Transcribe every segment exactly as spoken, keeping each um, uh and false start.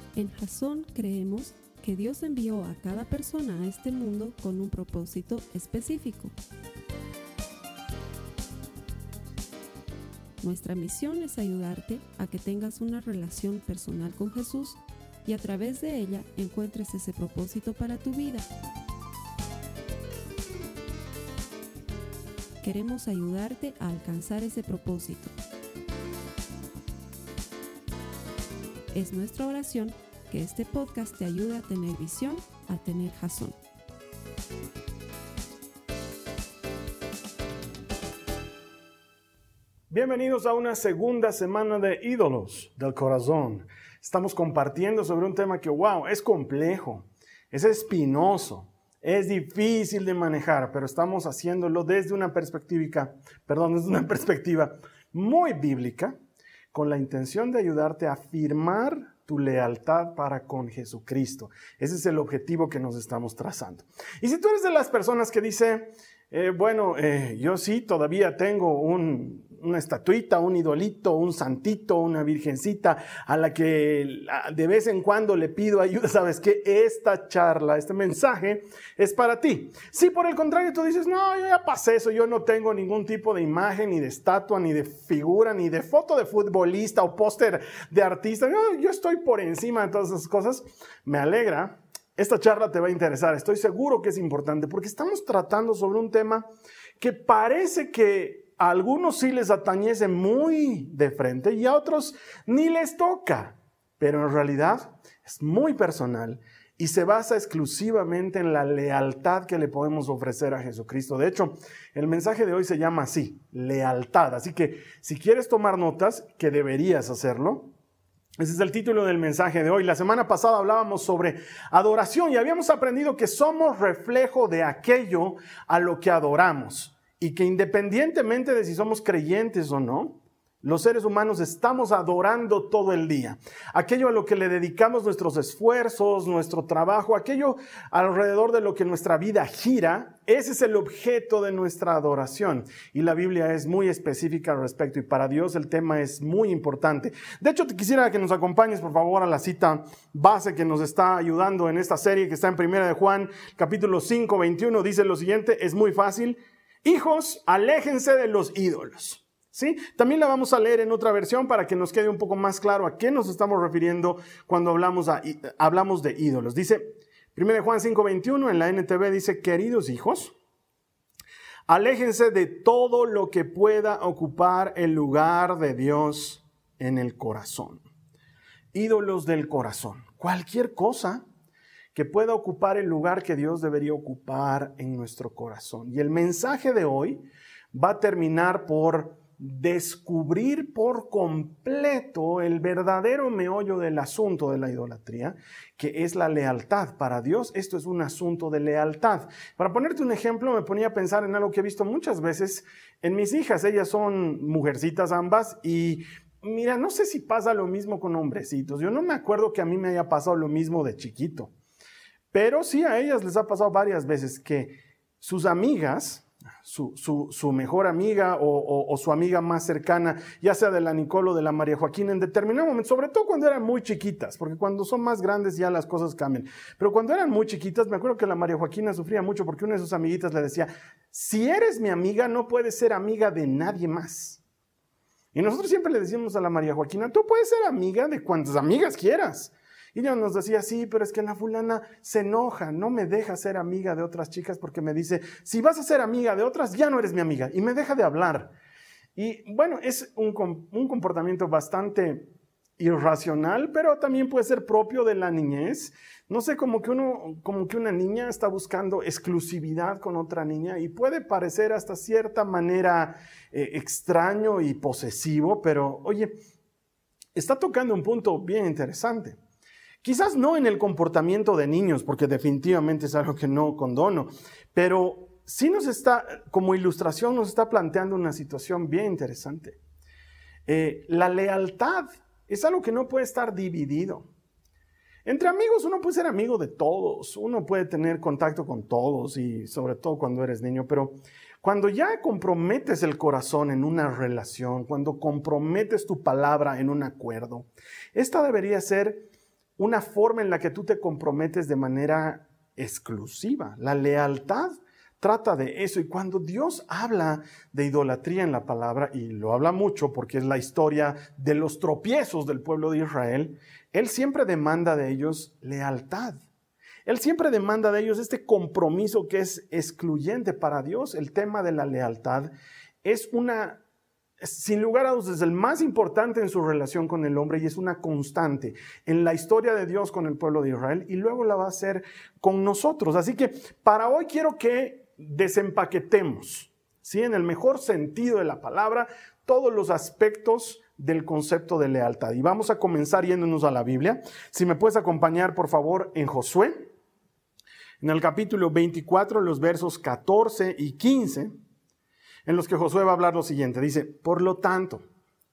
En Jasón creemos que Dios envió a cada persona a este mundo con un propósito específico. Nuestra misión es ayudarte a que tengas una relación personal con Jesús y a través de ella encuentres ese propósito para tu vida. Queremos ayudarte a alcanzar ese propósito. Es nuestra oración que este podcast te ayude a tener visión, a tener Jasón. Bienvenidos a una segunda semana de Ídolos del Corazón. Estamos compartiendo sobre un tema que, wow, es complejo, es espinoso, es difícil de manejar, pero estamos haciéndolo desde una perspectiva, perdón, desde una perspectiva muy bíblica, con la intención de ayudarte a afirmar tu lealtad para con Jesucristo. Ese es el objetivo que nos estamos trazando. Y si tú eres de las personas que dice, eh, bueno, eh, yo sí todavía tengo un, una estatuita, un idolito, un santito, una virgencita a la que de vez en cuando le pido ayuda, sabes que esta charla, este mensaje es para ti. Si por el contrario tú dices, no, yo ya pasé eso, yo no tengo ningún tipo de imagen, ni de estatua, ni de figura, ni de foto de futbolista o póster de artista, yo, yo estoy por encima de todas esas cosas, me alegra. Esta charla te va a interesar, estoy seguro que es importante porque estamos tratando sobre un tema que parece que a algunos sí les atañece muy de frente y a otros ni les toca, pero en realidad es muy personal y se basa exclusivamente en la lealtad que le podemos ofrecer a Jesucristo. De hecho, el mensaje de hoy se llama así, lealtad. Así que si quieres tomar notas, que deberías hacerlo, ese es el título del mensaje de hoy. La semana pasada hablábamos sobre adoración y habíamos aprendido que somos reflejo de aquello a lo que adoramos y que independientemente de si somos creyentes o no, los seres humanos estamos adorando todo el día. Aquello a lo que le dedicamos nuestros esfuerzos, nuestro trabajo, aquello alrededor de lo que nuestra vida gira, ese es el objeto de nuestra adoración. Y la Biblia es muy específica al respecto y para Dios el tema es muy importante. De hecho, te quisiera que nos acompañes por favor a la cita base que nos está ayudando en esta serie que está en Primera de Juan, capítulo cinco, veintiuno. Dice lo siguiente, es muy fácil. Hijos, aléjense de los ídolos. ¿Sí? También la vamos a leer en otra versión para que nos quede un poco más claro a qué nos estamos refiriendo cuando hablamos, a, hablamos de ídolos. Dice, primera de Juan cinco veintiuno, en la N T V dice, queridos hijos, aléjense de todo lo que pueda ocupar el lugar de Dios en el corazón. Ídolos del corazón, cualquier cosa que pueda ocupar el lugar que Dios debería ocupar en nuestro corazón. Y el mensaje de hoy va a terminar por descubrir por completo el verdadero meollo del asunto de la idolatría, que es la lealtad. Para Dios esto es un asunto de lealtad. Para ponerte un ejemplo, me ponía a pensar en algo que he visto muchas veces en mis hijas. Ellas son mujercitas ambas y mira, no sé si pasa lo mismo con hombrecitos. Yo no me acuerdo que a mí me haya pasado lo mismo de chiquito, pero sí a ellas les ha pasado varias veces que sus amigas, Su, su, su mejor amiga o, o, o su amiga más cercana, ya sea de la Nicole o de la María Joaquina, en determinado momento, sobre todo cuando eran muy chiquitas, porque cuando son más grandes ya las cosas cambian, pero cuando eran muy chiquitas, me acuerdo que la María Joaquina sufría mucho porque una de sus amiguitas le decía, si eres mi amiga, no puedes ser amiga de nadie más. Y nosotros siempre le decíamos a la María Joaquina, tú puedes ser amiga de cuantas amigas quieras. Y ella nos decía, sí, pero es que la fulana se enoja, no me deja ser amiga de otras chicas porque me dice, si vas a ser amiga de otras, ya no eres mi amiga. Y me deja de hablar. Y bueno, es un, un comportamiento bastante irracional, pero también puede ser propio de la niñez. No sé, como que, uno, como que una niña está buscando exclusividad con otra niña y puede parecer hasta cierta manera eh, extraño y posesivo, pero oye, está tocando un punto bien interesante. Quizás no en el comportamiento de niños, porque definitivamente es algo que no condono, pero sí nos está, como ilustración, nos está planteando una situación bien interesante. Eh, la lealtad es algo que no puede estar dividido. Entre amigos uno puede ser amigo de todos, uno puede tener contacto con todos y sobre todo cuando eres niño, pero cuando ya comprometes el corazón en una relación, cuando comprometes tu palabra en un acuerdo, esta debería ser una forma en la que tú te comprometes de manera exclusiva. La lealtad trata de eso. Y cuando Dios habla de idolatría en la palabra, y lo habla mucho porque es la historia de los tropiezos del pueblo de Israel, Él siempre demanda de ellos lealtad. Él siempre demanda de ellos este compromiso que es excluyente para Dios. El tema de la lealtad es una, sin lugar a dudas, es el más importante en su relación con el hombre y es una constante en la historia de Dios con el pueblo de Israel y luego la va a hacer con nosotros. Así que para hoy quiero que desempaquetemos, ¿sí? En el mejor sentido de la palabra, todos los aspectos del concepto de lealtad. Y vamos a comenzar yéndonos a la Biblia. Si me puedes acompañar, por favor, en Josué, en el capítulo veinticuatro, los versos catorce y quince, en los que Josué va a hablar lo siguiente. Dice, por lo tanto,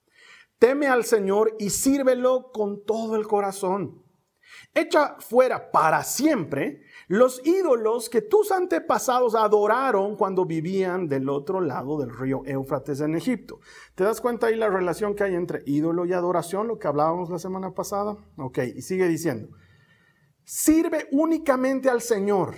teme al Señor y sírvelo con todo el corazón. Echa fuera para siempre los ídolos que tus antepasados adoraron cuando vivían del otro lado del río Éufrates en Egipto. ¿Te das cuenta ahí la relación que hay entre ídolo y adoración, lo que hablábamos la semana pasada? Ok, y sigue diciendo, sirve únicamente al Señor,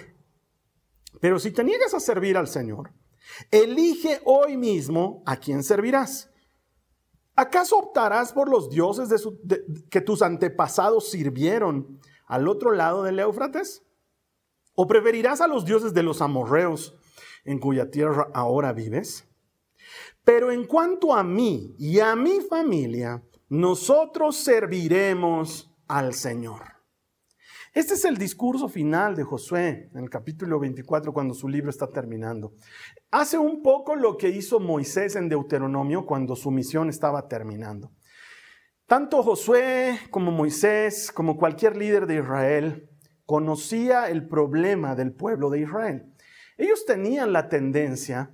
pero si te niegas a servir al Señor, elige hoy mismo a quién servirás. ¿Acaso optarás por los dioses de su, de, que tus antepasados sirvieron al otro lado del Éufrates? ¿O preferirás a los dioses de los amorreos en cuya tierra ahora vives? Pero en cuanto a mí y a mi familia, nosotros serviremos al Señor. Este es el discurso final de Josué en el capítulo veinticuatro cuando su libro está terminando. Hace un poco lo que hizo Moisés en Deuteronomio cuando su misión estaba terminando. Tanto Josué como Moisés, como cualquier líder de Israel, conocía el problema del pueblo de Israel. Ellos tenían la tendencia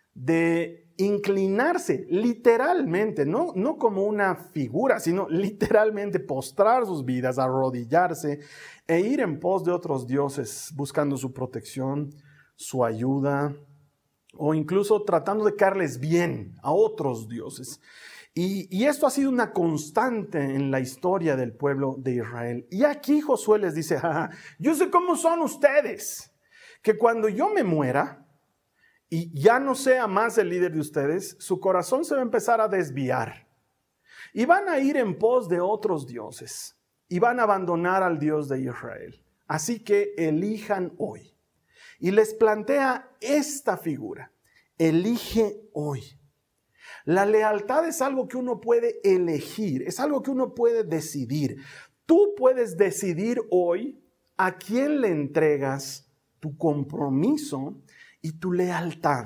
de inclinarse literalmente, no, no como una figura, sino literalmente postrar sus vidas, arrodillarse e ir en pos de otros dioses, buscando su protección, su ayuda, o incluso tratando de caerles bien a otros dioses. Y, y esto ha sido una constante en la historia del pueblo de Israel. Y aquí Josué les dice, jaja, yo sé cómo son ustedes, que cuando yo me muera y ya no sea más el líder de ustedes, su corazón se va a empezar a desviar. Y van a ir en pos de otros dioses. Y van a abandonar al Dios de Israel. Así que elijan hoy. Y les plantea esta figura. Elige hoy. La lealtad es algo que uno puede elegir. Es algo que uno puede decidir. Tú puedes decidir hoy a quién le entregas tu compromiso y tu lealtad.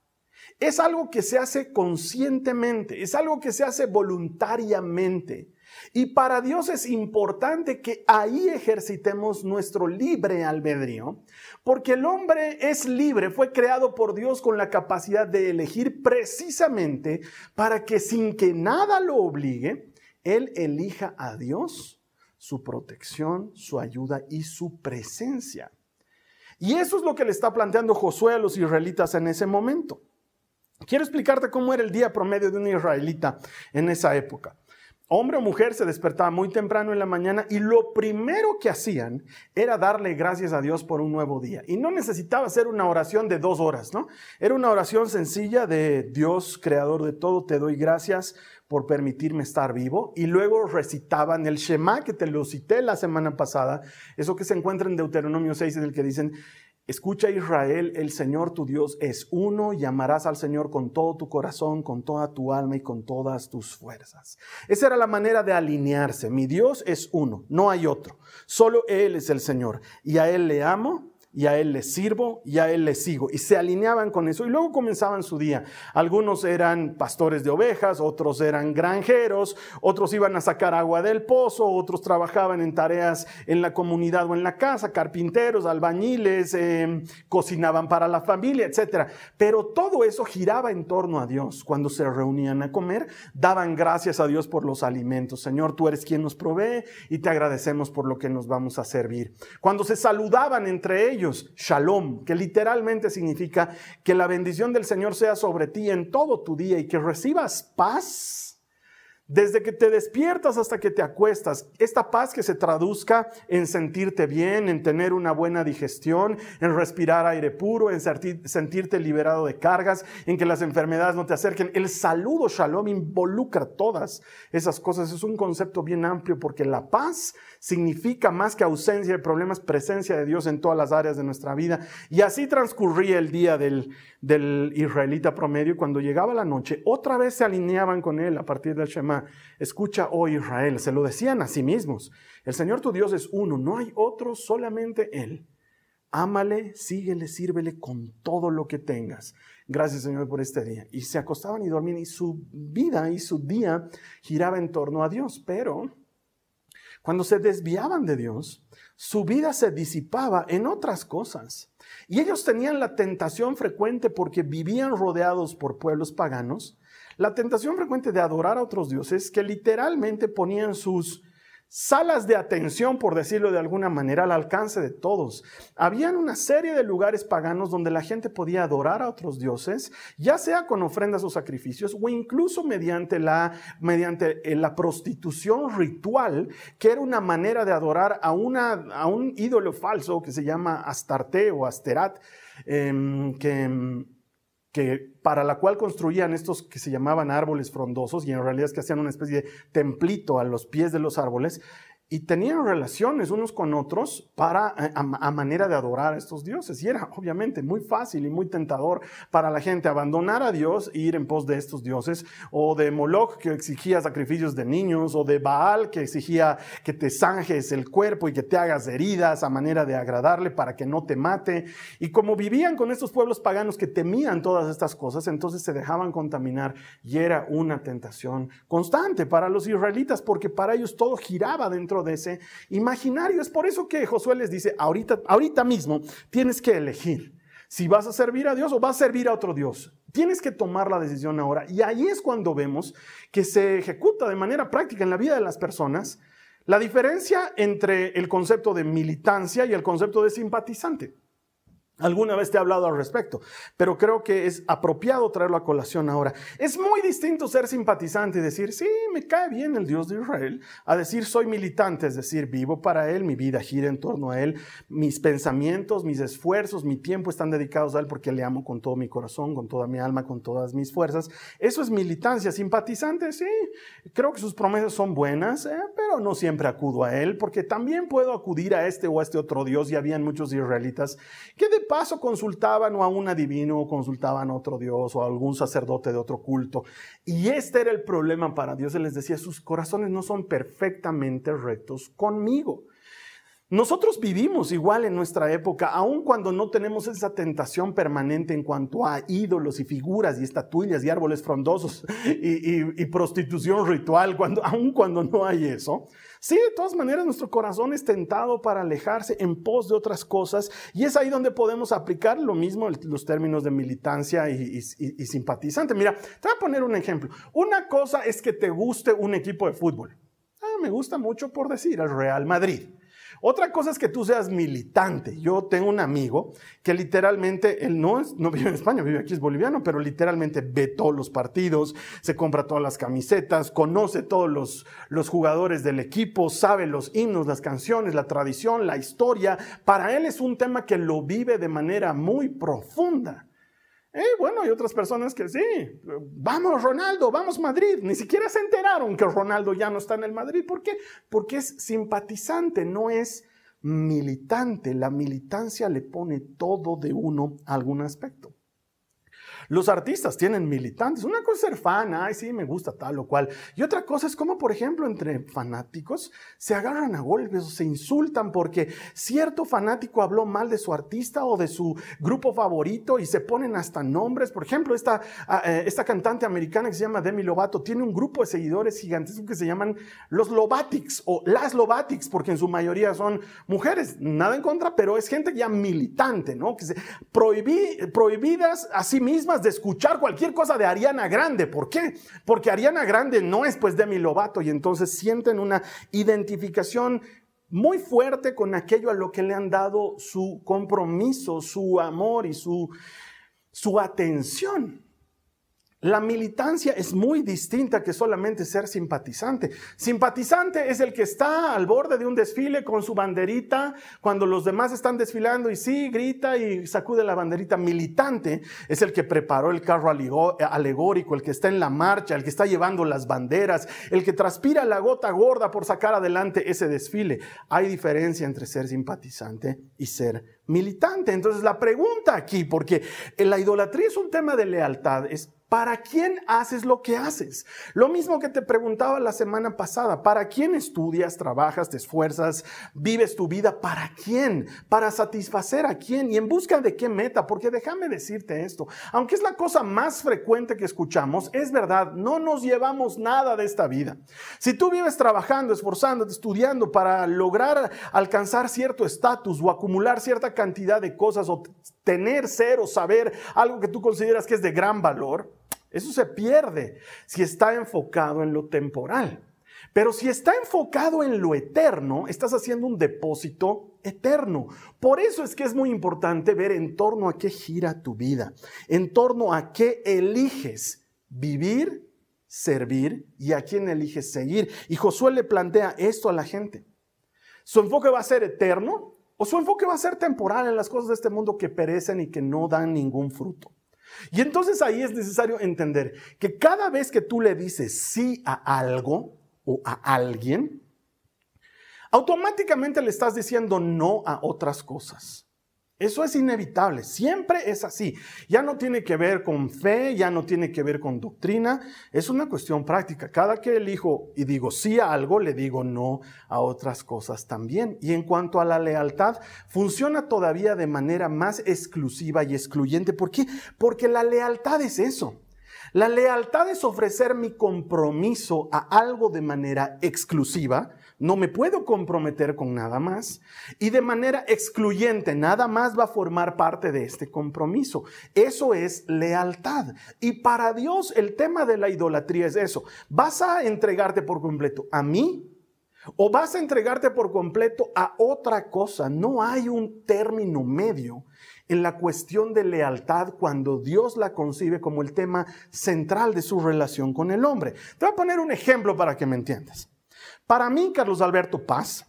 Es algo que se hace conscientemente, es algo que se hace voluntariamente. Y para Dios es importante que ahí ejercitemos nuestro libre albedrío, porque el hombre es libre, fue creado por Dios con la capacidad de elegir precisamente para que sin que nada lo obligue, él elija a Dios, su protección, su ayuda y su presencia. Y eso es lo que le está planteando Josué a los israelitas en ese momento. Quiero explicarte cómo era el día promedio de un israelita en esa época. Hombre o mujer se despertaba muy temprano en la mañana y lo primero que hacían era darle gracias a Dios por un nuevo día. Y no necesitaba hacer una oración de dos horas, ¿no? Era una oración sencilla de Dios, creador de todo, te doy gracias por permitirme estar vivo. Y luego recitaban el Shema, que te lo cité la semana pasada, eso que se encuentra en Deuteronomio seis, en el que dicen, escucha Israel, el Señor tu Dios es uno y amarás al Señor con todo tu corazón, con toda tu alma y con todas tus fuerzas. Esa era la manera de alinearse. Mi Dios es uno, no hay otro. Solo Él es el Señor y a Él le amo. Y a Él le sirvo y a Él le sigo. Y se alineaban con eso y luego comenzaban su día. Algunos eran pastores de ovejas, otros eran granjeros, otros iban a sacar agua del pozo, otros trabajaban en tareas en la comunidad o en la casa, carpinteros, albañiles, eh, cocinaban para la familia, etcétera. Pero todo eso giraba en torno a Dios. Cuando se reunían a comer, daban gracias a Dios por los alimentos. Señor, tú eres quien nos provee y te agradecemos por lo que nos vamos a servir. Cuando se saludaban entre ellos, Shalom, que literalmente significa que la bendición del Señor sea sobre ti en todo tu día y que recibas paz Desde que te despiertas hasta que te acuestas, esta paz que se traduzca en sentirte bien, en tener una buena digestión, en respirar aire puro, en sentirte liberado de cargas, en que las enfermedades no te acerquen. El saludo shalom involucra todas esas cosas. Es un concepto bien amplio porque la paz significa más que ausencia de problemas, presencia de Dios en todas las áreas de nuestra vida. Y así transcurría el día del, del israelita promedio. Cuando llegaba la noche, otra vez se alineaban con él a partir del Shema. Escucha, oh Israel, se lo decían a sí mismos. El Señor tu Dios es uno, no hay otro, solamente Él. Ámale, síguele, sírvele con todo lo que tengas. Gracias, Señor, por este día. Y se acostaban y dormían y su vida y su día giraba en torno a Dios. Pero cuando se desviaban de Dios, su vida se disipaba en otras cosas. Y ellos tenían la tentación frecuente porque vivían rodeados por pueblos paganos. La tentación frecuente de adorar a otros dioses que literalmente ponían sus salas de atención, por decirlo de alguna manera, al alcance de todos. Habían una serie de lugares paganos donde la gente podía adorar a otros dioses, ya sea con ofrendas o sacrificios, o incluso mediante la, mediante la prostitución ritual, que era una manera de adorar a, una, a un ídolo falso que se llama Astarte o Asterat, eh, que... que para la cual construían estos que se llamaban árboles frondosos, y en realidad es que hacían una especie de templito a los pies de los árboles, y tenían relaciones unos con otros para, a, a manera de adorar a estos dioses. Y era obviamente muy fácil y muy tentador para la gente abandonar a Dios e ir en pos de estos dioses, o de Moloch, que exigía sacrificios de niños, o de Baal, que exigía que te zanjes el cuerpo y que te hagas heridas a manera de agradarle para que no te mate. Y como vivían con estos pueblos paganos que temían todas estas cosas, entonces se dejaban contaminar, y era una tentación constante para los israelitas, porque para ellos todo giraba dentro de ese imaginario. Es por eso que Josué les dice, ahorita, ahorita mismo tienes que elegir si vas a servir a Dios o vas a servir a otro Dios. Tienes que tomar la decisión ahora. Y ahí es cuando vemos que se ejecuta de manera práctica en la vida de las personas la diferencia entre el concepto de militancia y el concepto de simpatizante. Alguna vez te he hablado al respecto, pero creo que es apropiado traerlo a colación ahora. Es muy distinto ser simpatizante y decir, sí, me cae bien el Dios de Israel, a decir soy militante, es decir, vivo para Él, mi vida gira en torno a Él, mis pensamientos, mis esfuerzos, mi tiempo están dedicados a Él porque le amo con todo mi corazón, con toda mi alma, con todas mis fuerzas. Eso es militancia. Simpatizante, sí, creo que sus promesas son buenas, eh, pero no siempre acudo a Él, porque también puedo acudir a este o a este otro Dios, y habían muchos israelitas que de paso consultaban o a un adivino, o consultaban a otro Dios, o a algún sacerdote de otro culto. Y este era el problema para Dios. Él les decía, sus corazones no son perfectamente rectos conmigo. Nosotros vivimos igual en nuestra época, aun cuando no tenemos esa tentación permanente en cuanto a ídolos y figuras y estatuillas y árboles frondosos y, y, y prostitución ritual, cuando, aun cuando no hay eso. Sí, de todas maneras, nuestro corazón es tentado para alejarse en pos de otras cosas, y es ahí donde podemos aplicar lo mismo, los términos de militancia y, y, y, y simpatizante. Mira, te voy a poner un ejemplo. Una cosa es que te guste un equipo de fútbol. Ah, me gusta mucho, por decir, el Real Madrid. Otra cosa es que tú seas militante. Yo tengo un amigo que literalmente, él no, es, no vive en España, vive aquí, es boliviano, pero literalmente ve todos los partidos, se compra todas las camisetas, conoce todos los, los jugadores del equipo, sabe los himnos, las canciones, la tradición, la historia. Para él es un tema que lo vive de manera muy profunda. Eh, bueno, hay otras personas que sí, vamos Ronaldo, vamos Madrid, ni siquiera se enteraron que Ronaldo ya no está en el Madrid. ¿Por qué? Porque es simpatizante, no es militante. La militancia le pone todo de uno a algún aspecto. Los artistas tienen militantes. Una cosa es ser fan, ay sí, me gusta tal o cual. Y otra cosa es como, por ejemplo, entre fanáticos se agarran a golpes o se insultan porque cierto fanático habló mal de su artista o de su grupo favorito, y se ponen hasta nombres. Por ejemplo, esta, esta cantante americana que se llama Demi Lovato tiene un grupo de seguidores gigantescos que se llaman los Lovatics o las Lovatics, porque en su mayoría son mujeres. Nada en contra, pero es gente ya militante, ¿no? Que se prohibí, prohibidas a sí mismas de escuchar cualquier cosa de Ariana Grande. ¿Por qué? Porque Ariana Grande no es pues Demi Lovato, y entonces sienten una identificación muy fuerte con aquello a lo que le han dado su compromiso, su amor y su, su atención. La militancia es muy distinta que solamente ser simpatizante. Simpatizante es el que está al borde de un desfile con su banderita cuando los demás están desfilando y sí, grita y sacude la banderita. Militante es el que preparó el carro alegórico, el que está en la marcha, el que está llevando las banderas, el que transpira la gota gorda por sacar adelante ese desfile. Hay diferencia entre ser simpatizante y ser militante. Entonces la pregunta aquí, porque la idolatría es un tema de lealtad, es ¿para quién haces lo que haces? Lo mismo que te preguntaba la semana pasada. ¿Para quién estudias, trabajas, te esfuerzas, vives tu vida? ¿Para quién? ¿Para satisfacer a quién? ¿Y en busca de qué meta? Porque déjame decirte esto. Aunque es la cosa más frecuente que escuchamos, es verdad, no nos llevamos nada de esta vida. Si tú vives trabajando, esforzándote, estudiando para lograr alcanzar cierto estatus o acumular cierta cantidad de cosas o tener, ser o saber algo que tú consideras que es de gran valor, eso se pierde si está enfocado en lo temporal. Pero si está enfocado en lo eterno, estás haciendo un depósito eterno. Por eso es que es muy importante ver en torno a qué gira tu vida, en torno a qué eliges vivir, servir y a quién eliges seguir. Y Josué le plantea esto a la gente. ¿Su enfoque va a ser eterno o su enfoque va a ser temporal en las cosas de este mundo que perecen y que no dan ningún fruto? Y entonces ahí es necesario entender que cada vez que tú le dices sí a algo o a alguien, automáticamente le estás diciendo no a otras cosas. Eso es inevitable, siempre es así. Ya no tiene que ver con fe, ya no tiene que ver con doctrina, es una cuestión práctica. Cada que elijo y digo sí a algo, le digo no a otras cosas también. Y en cuanto a la lealtad, funciona todavía de manera más exclusiva y excluyente. ¿Por qué? Porque la lealtad es eso. La lealtad es ofrecer mi compromiso a algo de manera exclusiva. No me puedo comprometer con nada más. Y de manera excluyente, nada más va a formar parte de este compromiso. Eso es lealtad. Y para Dios el tema de la idolatría es eso. ¿Vas a entregarte por completo a mí? ¿O vas a entregarte por completo a otra cosa? No hay un término medio en la cuestión de lealtad cuando Dios la concibe como el tema central de su relación con el hombre. Te voy a poner un ejemplo para que me entiendas. Para mí, Carlos Alberto Paz,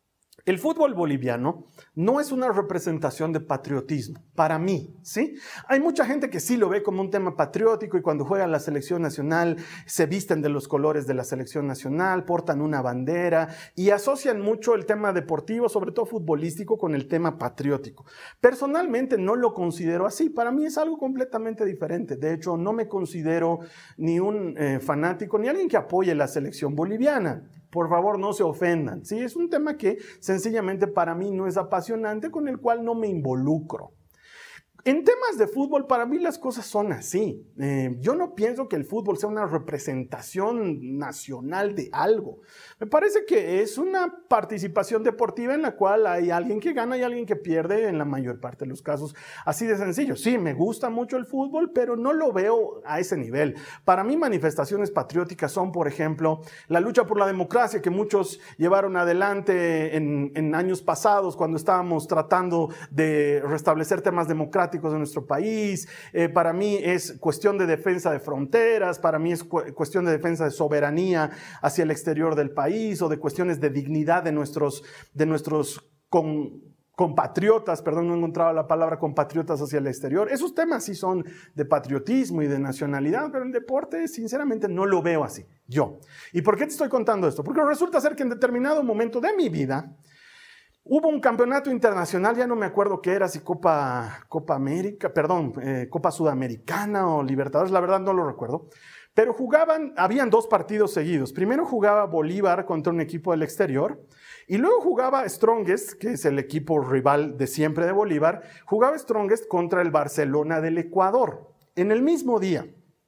el fútbol boliviano no es una representación de patriotismo, para mí, ¿sí? Hay mucha gente que sí lo ve como un tema patriótico y cuando juega la selección nacional se visten de los colores de la selección nacional, portan una bandera y asocian mucho el tema deportivo, sobre todo futbolístico, con el tema patriótico. Personalmente no lo considero así, para mí es algo completamente diferente. De hecho, no me considero ni un eh, fanático ni alguien que apoye la selección boliviana. Por favor, no se ofendan. Sí, es un tema que sencillamente para mí no es apasionante, con el cual no me involucro. En temas de fútbol, para mí las cosas son así. Eh, yo no pienso que el fútbol sea una representación nacional de algo. Me parece que es una participación deportiva en la cual hay alguien que gana y alguien que pierde en la mayor parte de los casos. Así de sencillo. Sí, me gusta mucho el fútbol, pero no lo veo a ese nivel. Para mí, manifestaciones patrióticas son, por ejemplo, la lucha por la democracia que muchos llevaron adelante en, en años pasados cuando estábamos tratando de restablecer temas democráticos de nuestro país. Eh, para mí es cuestión de defensa de fronteras, para mí es cu- cuestión de defensa de soberanía hacia el exterior del país o de cuestiones de dignidad de nuestros, de nuestros con, compatriotas, perdón, no encontraba la palabra compatriotas hacia el exterior. Esos temas sí son de patriotismo y de nacionalidad, pero en deporte sinceramente no lo veo así, yo. ¿Y por qué te estoy contando esto? Porque resulta ser que en determinado momento de mi vida hubo un campeonato internacional, ya no me acuerdo qué era, si Copa, Copa América, perdón, eh, Copa Sudamericana o Libertadores, la verdad no lo recuerdo, pero jugaban, habían dos partidos seguidos. Primero jugaba Bolívar contra un equipo del exterior y luego jugaba Strongest, que es el equipo rival de siempre de Bolívar, jugaba Strongest contra el Barcelona del Ecuador en el mismo día.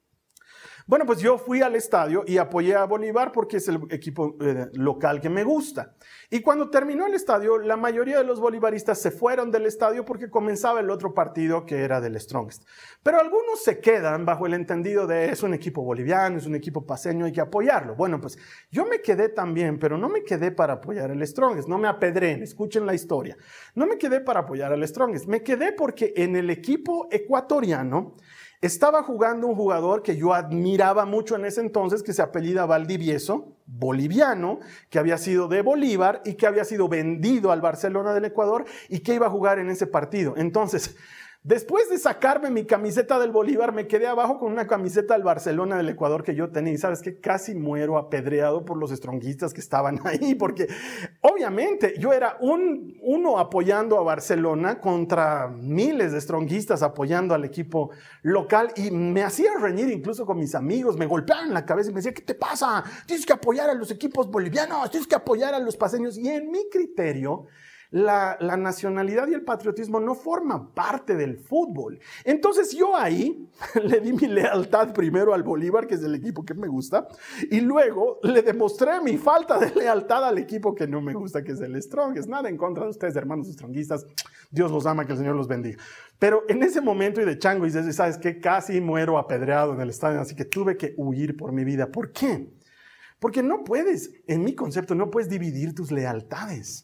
Bueno, pues yo fui al estadio y apoyé a Bolívar porque es el equipo eh, local que me gusta. Y cuando terminó el estadio, la mayoría de los bolivaristas se fueron del estadio porque comenzaba el otro partido que era del Strongest. Pero algunos se quedan bajo el entendido de es un equipo boliviano, es un equipo paceño, hay que apoyarlo. Bueno, pues yo me quedé también, pero no me quedé para apoyar el Strongest. No me apedreen, escuchen la historia. No me quedé para apoyar al Strongest. Me quedé porque en el equipo ecuatoriano Estaba jugando un jugador que yo admiraba mucho en ese entonces, que se apellida Valdivieso, boliviano, que había sido de Bolívar y que había sido vendido al Barcelona del Ecuador y que iba a jugar en ese partido. Entonces, después de sacarme mi camiseta del Bolívar, me quedé abajo con una camiseta del Barcelona del Ecuador que yo tenía. Y sabes que casi muero apedreado por los stronguistas que estaban ahí, porque obviamente yo era un, uno apoyando a Barcelona contra miles de stronguistas apoyando al equipo local, y me hacía reñir incluso con mis amigos, me golpeaban en la cabeza y me decían, ¿qué te pasa? Tienes que apoyar a los equipos bolivianos, tienes que apoyar a los paceños. Y en mi criterio, La, la nacionalidad y el patriotismo no forman parte del fútbol. Entonces yo ahí le di mi lealtad primero al Bolívar, que es el equipo que me gusta, y luego le demostré mi falta de lealtad al equipo que no me gusta, que es el Strongest. Nada en contra de ustedes, hermanos stronguistas. Dios los ama, que el Señor los bendiga. Pero en ese momento y de chango, y sabes que casi muero apedreado en el estadio, así que tuve que huir por mi vida. ¿Por qué? Porque no puedes, en mi concepto, no puedes dividir tus lealtades.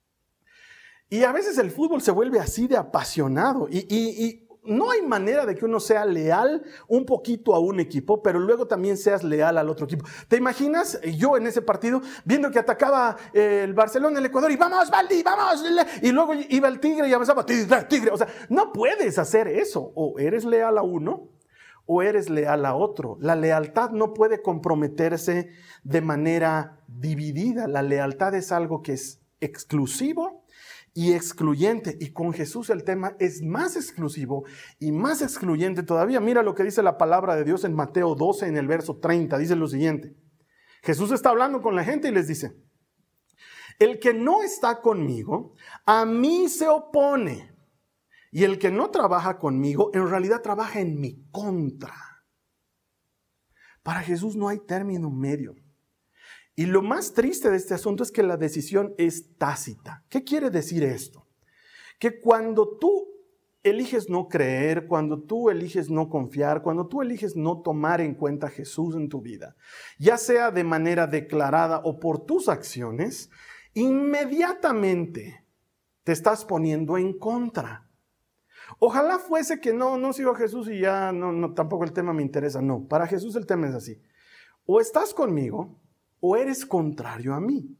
Y a veces el fútbol se vuelve así de apasionado y, y, y no hay manera de que uno sea leal un poquito a un equipo, pero luego también seas leal al otro equipo. ¿Te imaginas yo en ese partido viendo que atacaba el Barcelona, el Ecuador, y vamos, Valdi, vamos, y luego iba el Tigre y avanzaba, Tigre, Tigre? O sea, no puedes hacer eso. O eres leal a uno o eres leal a otro. La lealtad no puede comprometerse de manera dividida. La lealtad es algo que es exclusivo y excluyente, y con Jesús el tema es más exclusivo y más excluyente todavía. Mira lo que dice la palabra de Dios en Mateo doce, en el verso treinta, dice lo siguiente. Jesús está hablando con la gente y les dice: el que no está conmigo, a mí se opone, y el que no trabaja conmigo, en realidad trabaja en mi contra. Para Jesús no hay término medio. Y lo más triste de este asunto es que la decisión es tácita. ¿Qué quiere decir esto? Que cuando tú eliges no creer, cuando tú eliges no confiar, cuando tú eliges no tomar en cuenta a Jesús en tu vida, ya sea de manera declarada o por tus acciones, inmediatamente te estás poniendo en contra. Ojalá fuese que no, no sigo a Jesús y ya no, no, tampoco el tema me interesa. No, para Jesús el tema es así. O estás conmigo, o eres contrario a mí.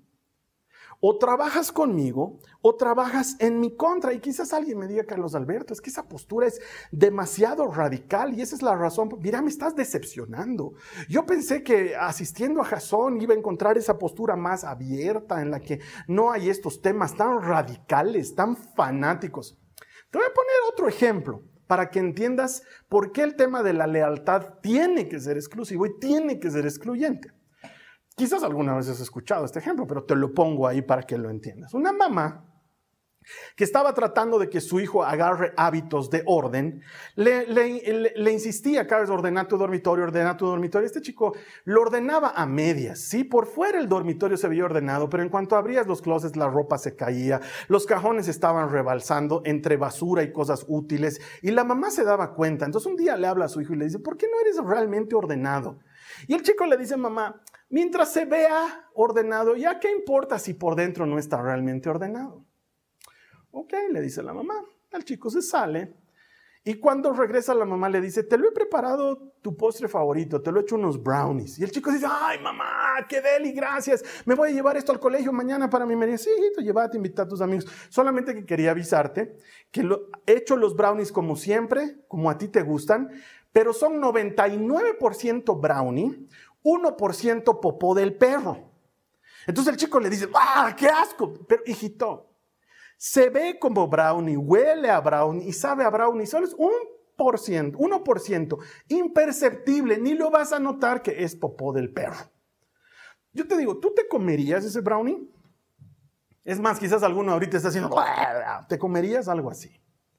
O trabajas conmigo, o trabajas en mi contra. Y quizás alguien me diga: Carlos Alberto, es que esa postura es demasiado radical, y esa es la razón. Mira, me estás decepcionando. Yo pensé que asistiendo a Jasón iba a encontrar esa postura más abierta, en la que no hay estos temas tan radicales, tan fanáticos. Te voy a poner otro ejemplo para que entiendas por qué el tema de la lealtad tiene que ser exclusivo y tiene que ser excluyente. Quizás alguna vez has escuchado este ejemplo, pero te lo pongo ahí para que lo entiendas. Una mamá que estaba tratando de que su hijo agarre hábitos de orden, le, le, le, le insistía: Carlos, ordena tu dormitorio, ordena tu dormitorio. Este chico lo ordenaba a medias, ¿sí? Por fuera el dormitorio se veía ordenado, pero en cuanto abrías los closets, la ropa se caía, los cajones estaban rebalsando entre basura y cosas útiles, y la mamá se daba cuenta. Entonces un día le habla a su hijo y le dice: ¿por qué no eres realmente ordenado? Y el chico le dice: mamá, mientras se vea ordenado, ¿ya qué importa si por dentro no está realmente ordenado? Ok, le dice la mamá. El chico se sale y cuando regresa la mamá le dice: te lo he preparado tu postre favorito, te lo he hecho unos brownies. Y el chico dice: ay mamá, qué deli, gracias, me voy a llevar esto al colegio mañana para mi merienda. Sí, hijito, llévate, invita a tus amigos. Solamente que quería avisarte que lo, he hecho los brownies como siempre, como a ti te gustan, pero son noventa y nueve por ciento brownie, uno por ciento popó del perro. Entonces el chico le dice: ¡ah, qué asco! Pero hijito, se ve como brownie, huele a brownie y sabe a brownie. Solo es un por ciento, uno por ciento, imperceptible, ni lo vas a notar que es popó del perro. Yo te digo, ¿tú te comerías ese brownie? Es más, quizás alguno ahorita está haciendo, ¿te comerías algo así?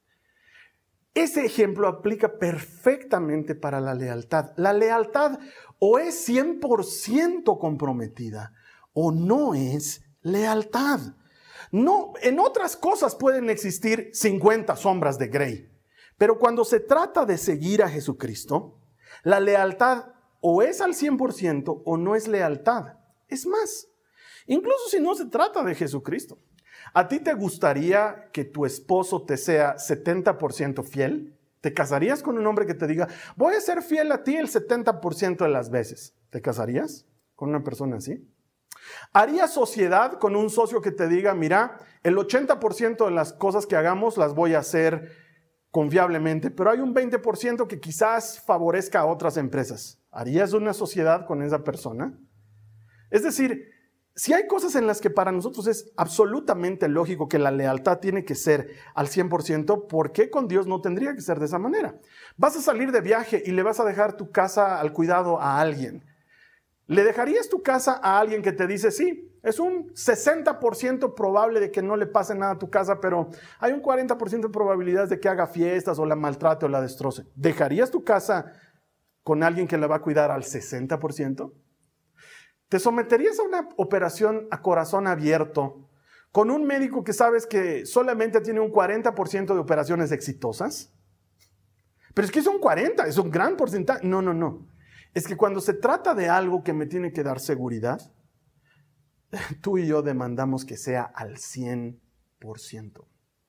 Ese ejemplo aplica perfectamente para la lealtad. La lealtad o es cien por ciento comprometida o no es lealtad. No, en otras cosas pueden existir cincuenta sombras de Grey, pero cuando se trata de seguir a Jesucristo, la lealtad o es al cien por ciento o no es lealtad. Es más, incluso si no se trata de Jesucristo, ¿a ti te gustaría que tu esposo te sea setenta por ciento fiel? ¿Te casarías con un hombre que te diga, voy a ser fiel a ti el setenta por ciento de las veces? ¿Te casarías con una persona así? ¿Harías sociedad con un socio que te diga, mira, el ochenta por ciento de las cosas que hagamos las voy a hacer confiablemente, pero hay un veinte por ciento que quizás favorezca a otras empresas? ¿Harías una sociedad con esa persona? Es decir, si hay cosas en las que para nosotros es absolutamente lógico que la lealtad tiene que ser al cien por ciento, ¿por qué con Dios no tendría que ser de esa manera? Vas a salir de viaje y le vas a dejar tu casa al cuidado a alguien. ¿Le dejarías tu casa a alguien que te dice, sí, es un sesenta por ciento probable de que no le pase nada a tu casa, pero hay un cuarenta por ciento de probabilidades de que haga fiestas o la maltrate o la destroce? ¿Dejarías tu casa con alguien que la va a cuidar al sesenta por ciento? ¿Te someterías a una operación a corazón abierto con un médico que sabes que solamente tiene un cuarenta por ciento de operaciones exitosas? Pero es que es un cuarenta, es un gran porcentaje. No, no, no. Es que cuando se trata de algo que me tiene que dar seguridad, tú y yo demandamos que sea al cien por ciento.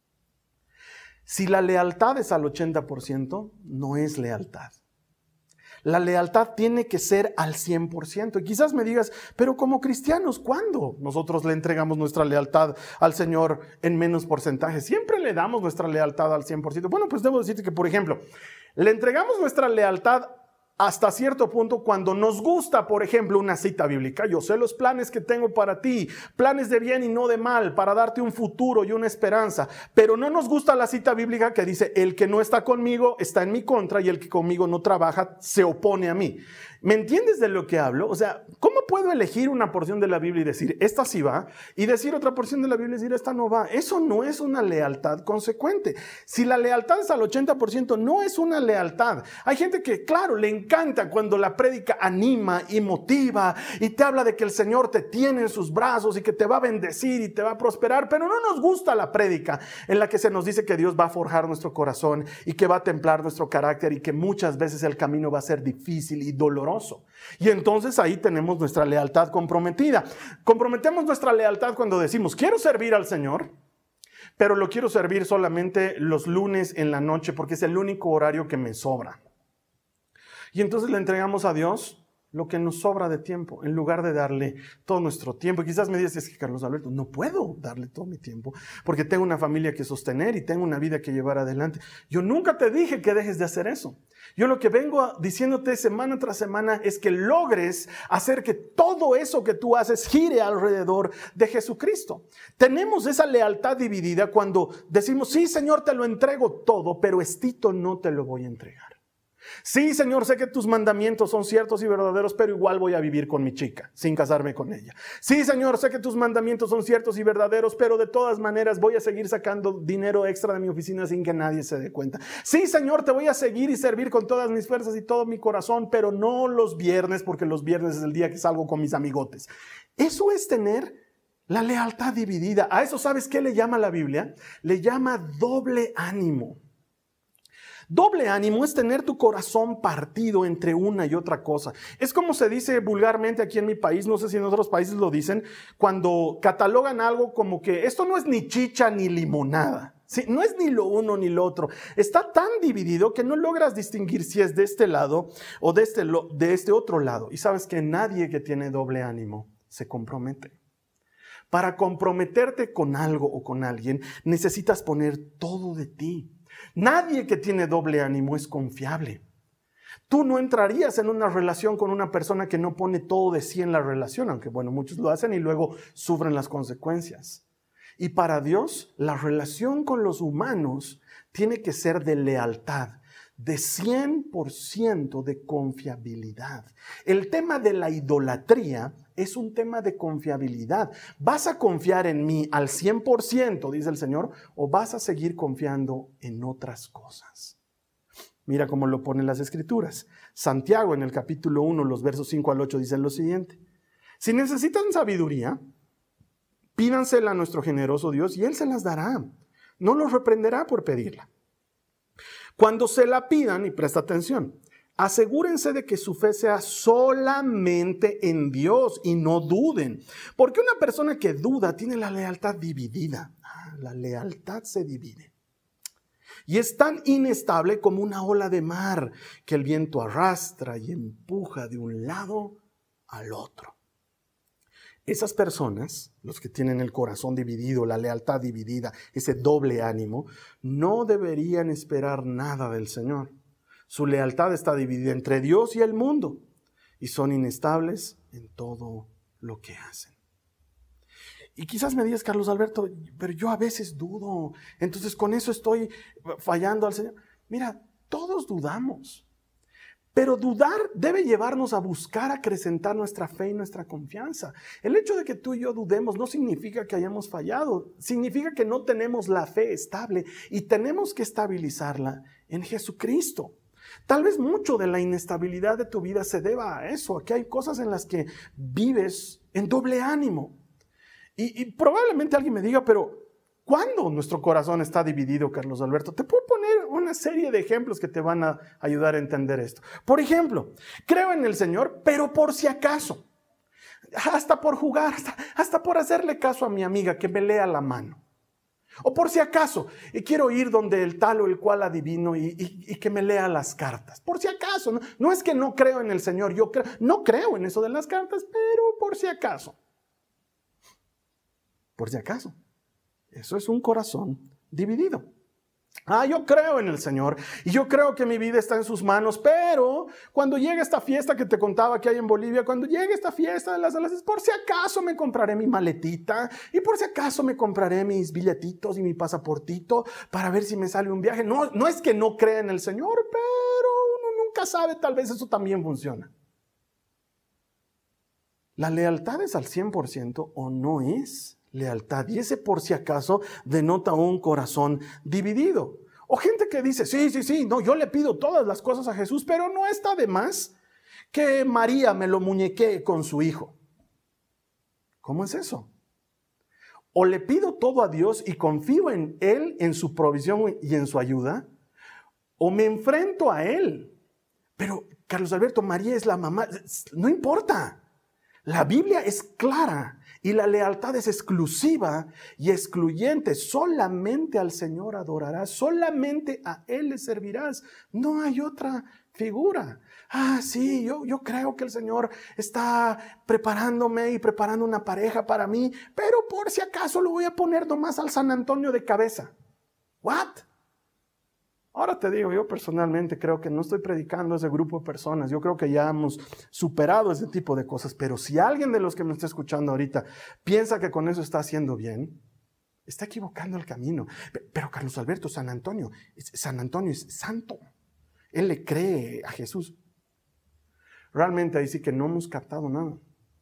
Si la lealtad es al ochenta por ciento, no es lealtad. La lealtad tiene que ser al cien por ciento. Y quizás me digas, pero como cristianos, ¿cuándo nosotros le entregamos nuestra lealtad al Señor en menos porcentaje? Siempre le damos nuestra lealtad al cien por ciento. Bueno, pues debo decirte que, por ejemplo, le entregamos nuestra lealtad hasta cierto punto cuando nos gusta, por ejemplo, una cita bíblica. Yo sé los planes que tengo para ti, planes de bien y no de mal, para darte un futuro y una esperanza. Pero no nos gusta la cita bíblica que dice, el que no está conmigo está en mi contra y el que conmigo no trabaja se opone a mí. ¿Me entiendes de lo que hablo? O sea, ¿cómo puedo elegir una porción de la Biblia y decir, esta sí va? Y decir otra porción de la Biblia y decir, esta no va. Eso no es una lealtad consecuente. Si la lealtad es al ochenta por ciento, no es una lealtad. Hay gente que, claro, le encanta cuando la prédica anima y motiva y te habla de que el Señor te tiene en sus brazos y que te va a bendecir y te va a prosperar, pero no nos gusta la prédica en la que se nos dice que Dios va a forjar nuestro corazón y que va a templar nuestro carácter y que muchas veces el camino va a ser difícil y doloroso. Y entonces ahí tenemos nuestra lealtad comprometida. Comprometemos nuestra lealtad cuando decimos, quiero servir al Señor, pero lo quiero servir solamente los lunes en la noche porque es el único horario que me sobra. Y entonces le entregamos a Dios lo que nos sobra de tiempo, en lugar de darle todo nuestro tiempo. Y quizás me dices, es que Carlos Alberto, no puedo darle todo mi tiempo, porque tengo una familia que sostener y tengo una vida que llevar adelante. Yo nunca te dije que dejes de hacer eso. Yo lo que vengo diciéndote semana tras semana es que logres hacer que todo eso que tú haces gire alrededor de Jesucristo. Tenemos esa lealtad dividida cuando decimos, sí, Señor, te lo entrego todo, pero estito no te lo voy a entregar. Sí, Señor, sé que tus mandamientos son ciertos y verdaderos, pero igual voy a vivir con mi chica, sin casarme con ella. Sí, Señor, sé que tus mandamientos son ciertos y verdaderos, pero de todas maneras voy a seguir sacando dinero extra de mi oficina sin que nadie se dé cuenta. Sí, Señor, te voy a seguir y servir con todas mis fuerzas y todo mi corazón, pero no los viernes, porque los viernes es el día que salgo con mis amigotes. Eso es tener la lealtad dividida. A eso, ¿sabes qué le llama la Biblia? Le llama doble ánimo. Doble ánimo es tener tu corazón partido entre una y otra cosa. Es como se dice vulgarmente aquí en mi país, no sé si en otros países lo dicen, cuando catalogan algo como que esto no es ni chicha ni limonada. Sí, no es ni lo uno ni lo otro. Está tan dividido que no logras distinguir si es de este lado o de este, de este otro lado. Y sabes que nadie que tiene doble ánimo se compromete. Para comprometerte con algo o con alguien, necesitas poner todo de ti. Nadie que tiene doble ánimo es confiable. Tú no entrarías en una relación con una persona que no pone todo de sí en la relación, aunque bueno, muchos lo hacen y luego sufren las consecuencias. Y para Dios, la relación con los humanos tiene que ser de lealtad, de cien por ciento de confiabilidad. El tema de la idolatría es un tema de confiabilidad. ¿Vas a confiar en mí al cien por ciento, dice el Señor, o vas a seguir confiando en otras cosas? Mira cómo lo ponen las Escrituras. Santiago en el capítulo uno, los versos cinco al ocho, dicen lo siguiente. Si necesitan sabiduría, pídansela a nuestro generoso Dios y Él se las dará. No los reprenderá por pedirla. Cuando se la pidan, y presta atención, asegúrense de que su fe sea solamente en Dios y no duden. Porque una persona que duda tiene la lealtad dividida. Ah, la lealtad se divide. Y es tan inestable como una ola de mar que el viento arrastra y empuja de un lado al otro. Esas personas, los que tienen el corazón dividido, la lealtad dividida, ese doble ánimo, no deberían esperar nada del Señor. Su lealtad está dividida entre Dios y el mundo y son inestables en todo lo que hacen. Y quizás me digas, Carlos Alberto, pero yo a veces dudo, entonces con eso estoy fallando al Señor. Mira, todos dudamos, pero dudar debe llevarnos a buscar acrecentar nuestra fe y nuestra confianza. El hecho de que tú y yo dudemos no significa que hayamos fallado, significa que no tenemos la fe estable y tenemos que estabilizarla en Jesucristo. Tal vez mucho de la inestabilidad de tu vida se deba a eso, a que hay cosas en las que vives en doble ánimo. Y, y probablemente alguien me diga, pero ¿cuándo nuestro corazón está dividido, Carlos Alberto? Te puedo poner una serie de ejemplos que te van a ayudar a entender esto. Por ejemplo, creo en el Señor, pero por si acaso, hasta por jugar, hasta, hasta por hacerle caso a mi amiga que me lea la mano. O por si acaso, y quiero ir donde el tal o el cual adivino y, y, y que me lea las cartas. Por si acaso, no, no es que no creo en el Señor, yo creo, no creo en eso de las cartas, pero por si acaso. Por si acaso. Eso es un corazón dividido. Ah, yo creo en el Señor y yo creo que mi vida está en sus manos, pero cuando llegue esta fiesta que te contaba que hay en Bolivia, cuando llegue esta fiesta de las alas, por si acaso me compraré mi maletita y por si acaso me compraré mis billetitos y mi pasaportito para ver si me sale un viaje. No, no es que no crea en el Señor, pero uno nunca sabe, tal vez eso también funciona. ¿La lealtad es al cien por ciento o no es lealtad? Y ese por si acaso denota un corazón dividido. O gente que dice, sí, sí, sí, no, yo le pido todas las cosas a Jesús, pero no está de más que María me lo muñequee con su hijo. ¿Cómo es eso? O le pido todo a Dios y confío en Él, en su provisión y en su ayuda, o me enfrento a Él. Pero, Carlos Alberto, María es la mamá, no importa. La Biblia es clara y la lealtad es exclusiva y excluyente. Solamente al Señor adorarás, solamente a Él le servirás. No hay otra figura. Ah, sí, yo, yo creo que el Señor está preparándome y preparando una pareja para mí, pero por si acaso lo voy a poner nomás al San Antonio de cabeza. ¿What? Ahora te digo, yo personalmente creo que no estoy predicando a ese grupo de personas. Yo creo que ya hemos superado ese tipo de cosas. Pero si alguien de los que me está escuchando ahorita piensa que con eso está haciendo bien, está equivocando el camino. Pero Carlos Alberto, San Antonio, San Antonio es santo. Él le cree a Jesús. Realmente ahí sí que no hemos captado nada.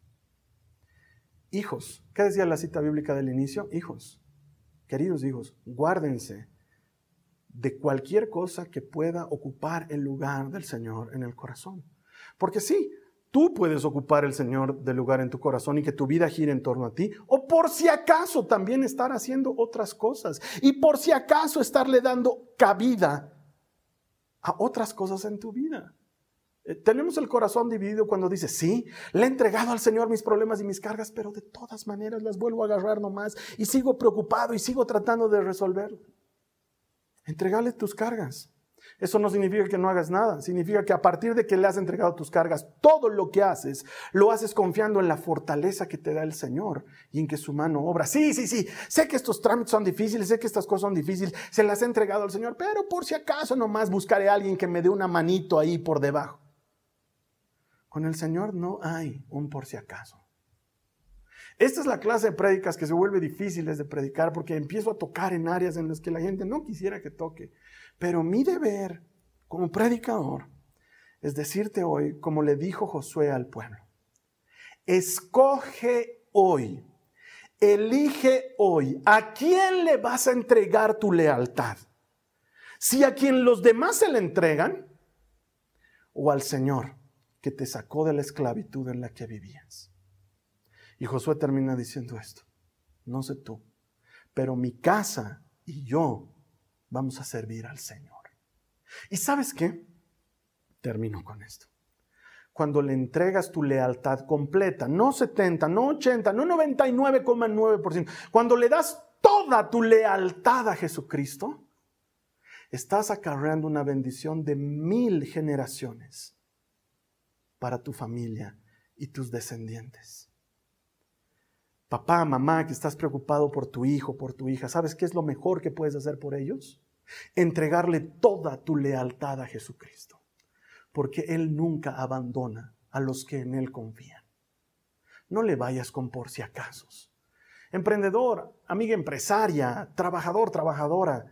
Hijos, ¿qué decía la cita bíblica del inicio? Hijos, queridos hijos, guárdense de cualquier cosa que pueda ocupar el lugar del Señor en el corazón. Porque sí, tú puedes ocupar el Señor del lugar en tu corazón y que tu vida gire en torno a ti, o por si acaso también estar haciendo otras cosas, y por si acaso estarle dando cabida a otras cosas en tu vida. Eh, tenemos el corazón dividido cuando dice, sí, le he entregado al Señor mis problemas y mis cargas, pero de todas maneras las vuelvo a agarrar nomás y sigo preocupado y sigo tratando de resolverlo. Entregale tus cargas. Eso no significa que no hagas nada. Significa que a partir de que le has entregado tus cargas, todo lo que haces, lo haces confiando en la fortaleza que te da el Señor y en que su mano obra. Sí, sí, sí. Sé que estos trámites son difíciles, sé que estas cosas son difíciles. Se las he entregado al Señor, pero por si acaso nomás buscaré a alguien que me dé una manito ahí por debajo. Con el Señor no hay un por si acaso. Esta es la clase de prédicas que se vuelve difíciles de predicar porque empiezo a tocar en áreas en las que la gente no quisiera que toque. Pero mi deber como predicador es decirte hoy, como le dijo Josué al pueblo, escoge hoy, elige hoy, ¿a quién le vas a entregar tu lealtad? Si a quien los demás se le entregan o al Señor que te sacó de la esclavitud en la que vivías. Y Josué termina diciendo esto, no sé tú, pero mi casa y yo vamos a servir al Señor. ¿Y sabes qué? Termino con esto. Cuando le entregas tu lealtad completa, no setenta, no ochenta, no noventa y nueve coma nueve por ciento, cuando le das toda tu lealtad a Jesucristo, estás acarreando una bendición de mil generaciones para tu familia y tus descendientes. Papá, mamá, que estás preocupado por tu hijo, por tu hija, ¿sabes qué es lo mejor que puedes hacer por ellos? Entregarle toda tu lealtad a Jesucristo, porque Él nunca abandona a los que en Él confían. No le vayas con por si acasos. Emprendedor, amiga empresaria, trabajador, trabajadora,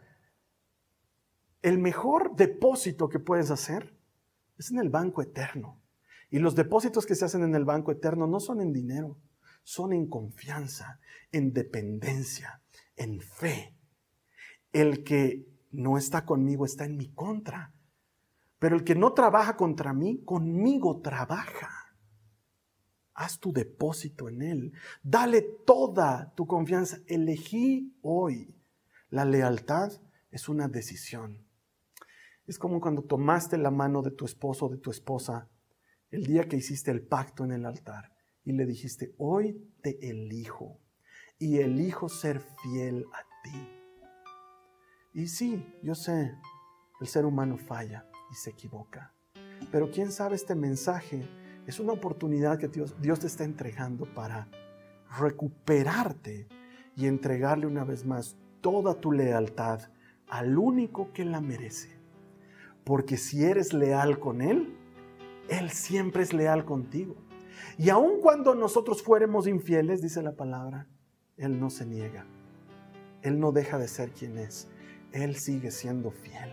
el mejor depósito que puedes hacer es en el banco eterno. Y los depósitos que se hacen en el banco eterno no son en dinero, son en confianza, en dependencia, en fe. El que no está conmigo está en mi contra, pero el que no trabaja contra mí, conmigo trabaja. Haz tu depósito en Él. Dale toda tu confianza. Elegí hoy. La lealtad es una decisión. Es como cuando tomaste la mano de tu esposo o de tu esposa el día que hiciste el pacto en el altar y le dijiste, hoy te elijo y elijo ser fiel a ti. Y sí, yo sé, el ser humano falla y se equivoca. Pero quién sabe, este mensaje es una oportunidad que Dios, Dios te está entregando para recuperarte y entregarle una vez más toda tu lealtad al único que la merece. Porque si eres leal con Él, Él siempre es leal contigo. Y aun cuando nosotros fuéramos infieles, dice la palabra, Él no se niega. Él no deja de ser quien es. Él sigue siendo fiel.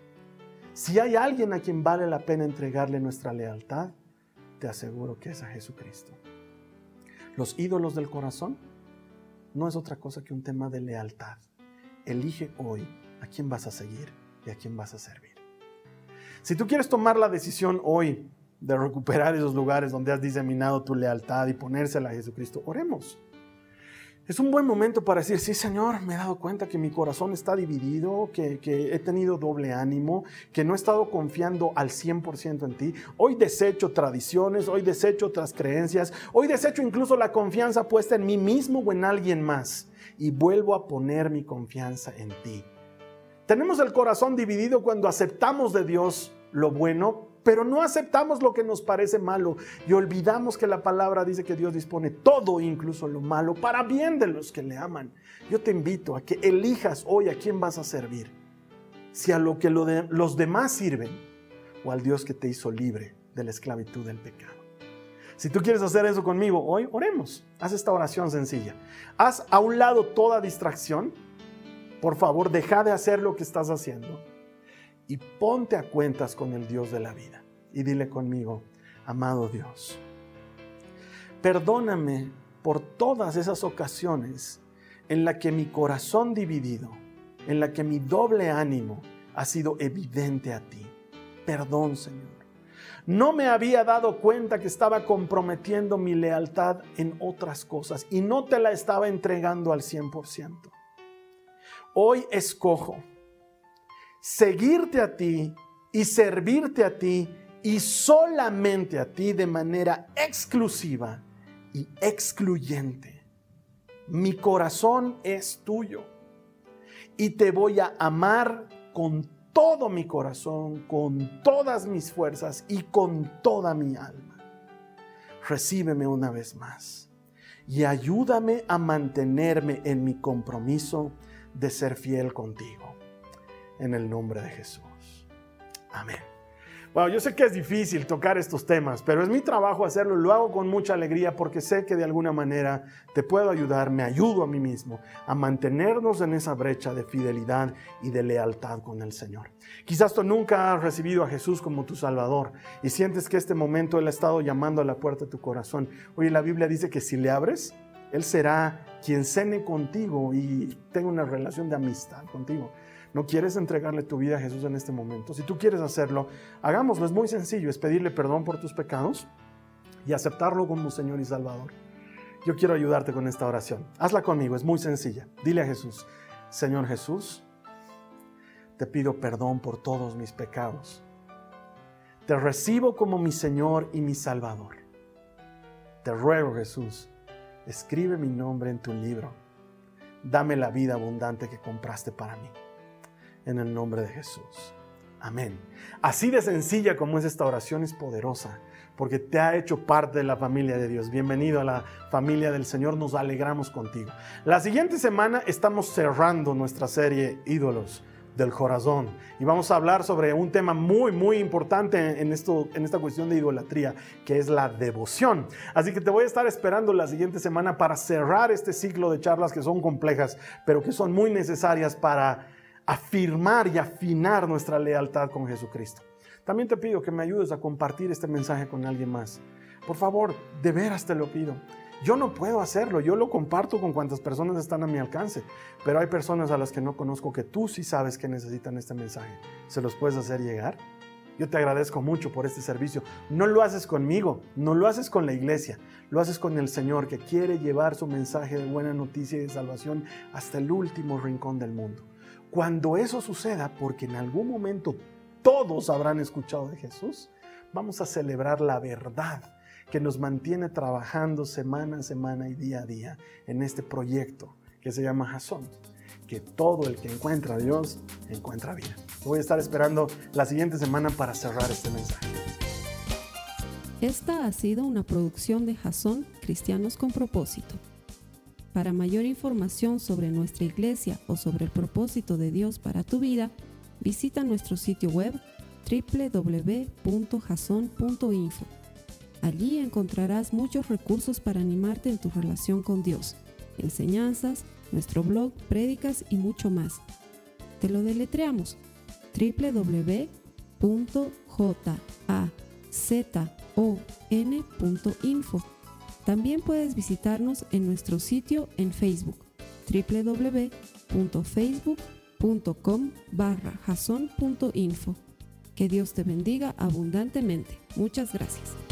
Si hay alguien a quien vale la pena entregarle nuestra lealtad, te aseguro que es a Jesucristo. Los ídolos del corazón no es otra cosa que un tema de lealtad. Elige hoy a quién vas a seguir y a quién vas a servir. Si tú quieres tomar la decisión hoy de recuperar esos lugares donde has diseminado tu lealtad y ponérsela a Jesucristo, oremos. Es un buen momento para decir, sí, Señor, me he dado cuenta que mi corazón está dividido, que, que he tenido doble ánimo, que no he estado confiando al cien por ciento en ti. Hoy desecho tradiciones, hoy desecho otras creencias, hoy desecho incluso la confianza puesta en mí mismo o en alguien más y vuelvo a poner mi confianza en ti. Tenemos el corazón dividido cuando aceptamos de Dios lo bueno, pero no aceptamos lo que nos parece malo y olvidamos que la palabra dice que Dios dispone todo, incluso lo malo, para bien de los que le aman. Yo te invito a que elijas hoy a quién vas a servir, si a lo que lo de, los demás sirven o al Dios que te hizo libre de la esclavitud del pecado. Si tú quieres hacer eso conmigo hoy, oremos. Haz esta oración sencilla. Haz a un lado toda distracción. Por favor, deja de hacer lo que estás haciendo y ponte a cuentas con el Dios de la vida. Y dile conmigo, amado Dios, perdóname por todas esas ocasiones en las que mi corazón dividido, en la que mi doble ánimo ha sido evidente a ti. Perdón, Señor. No me había dado cuenta que estaba comprometiendo mi lealtad en otras cosas y no te la estaba entregando al cien por ciento. Hoy escojo seguirte a ti y servirte a ti y solamente a ti de manera exclusiva y excluyente. Mi corazón es tuyo y te voy a amar con todo mi corazón, con todas mis fuerzas y con toda mi alma. Recíbeme una vez más y ayúdame a mantenerme en mi compromiso de ser fiel contigo. En el nombre de Jesús. Amén. Bueno, yo sé que es difícil tocar estos temas, pero es mi trabajo hacerlo. Lo hago con mucha alegría porque sé que de alguna manera te puedo ayudar, me ayudo a mí mismo a mantenernos en esa brecha de fidelidad y de lealtad con el Señor. Quizás tú nunca has recibido a Jesús como tu Salvador y sientes que este momento Él ha estado llamando a la puerta de tu corazón. Oye, la Biblia dice que si le abres, Él será quien cene contigo y tenga una relación de amistad contigo. ¿No quieres entregarle tu vida a Jesús en este momento? Si tú quieres hacerlo, hagámoslo. Es muy sencillo, es pedirle perdón por tus pecados y aceptarlo como Señor y Salvador. Yo quiero ayudarte con esta oración. Hazla conmigo, es muy sencilla. Dile a Jesús, Señor Jesús, te pido perdón por todos mis pecados. Te recibo como mi Señor y mi Salvador. Te ruego, Jesús, escribe mi nombre en tu libro. Dame la vida abundante que compraste para mí. en el nombre de Jesús. Amén. Así de sencilla como es esta oración, es poderosa, porque te ha hecho parte de la familia de Dios. Bienvenido a la familia del Señor, nos alegramos contigo. La siguiente semana estamos cerrando nuestra serie Ídolos del Corazón y vamos a hablar sobre un tema muy muy importante en, esto, en esta cuestión de idolatría, que es la devoción. Así que te voy a estar esperando la siguiente semana para cerrar este ciclo de charlas que son complejas, pero que son muy necesarias para afirmar y afinar nuestra lealtad con Jesucristo. También te pido que me ayudes a compartir este mensaje con alguien más. Por favor, de veras te lo pido. Yo no puedo hacerlo, yo lo comparto con cuantas personas están a mi alcance, pero hay personas a las que no conozco que tú sí sabes que necesitan este mensaje. ¿Se los puedes hacer llegar? Yo te agradezco mucho por este servicio. No lo haces conmigo, no lo haces con la iglesia, lo haces con el Señor, que quiere llevar su mensaje de buena noticia y de salvación hasta el último rincón del mundo. Cuando eso suceda, porque en algún momento todos habrán escuchado de Jesús, vamos a celebrar la verdad que nos mantiene trabajando semana a semana y día a día en este proyecto que se llama Jasón, que todo el que encuentra a Dios encuentra vida. Voy a estar esperando la siguiente semana para cerrar este mensaje. Esta ha sido una producción de Jasón Cristianos con Propósito. Para mayor información sobre nuestra iglesia o sobre el propósito de Dios para tu vida, visita nuestro sitio web doble u doble u doble u punto jason punto info. Allí encontrarás muchos recursos para animarte en tu relación con Dios, enseñanzas, nuestro blog, prédicas y mucho más. Te lo deletreamos: doble u doble u doble u punto jazon punto info. También puedes visitarnos en nuestro sitio en Facebook, doble u doble u doble u punto facebook punto com barra jason punto info. Que Dios te bendiga abundantemente. Muchas gracias.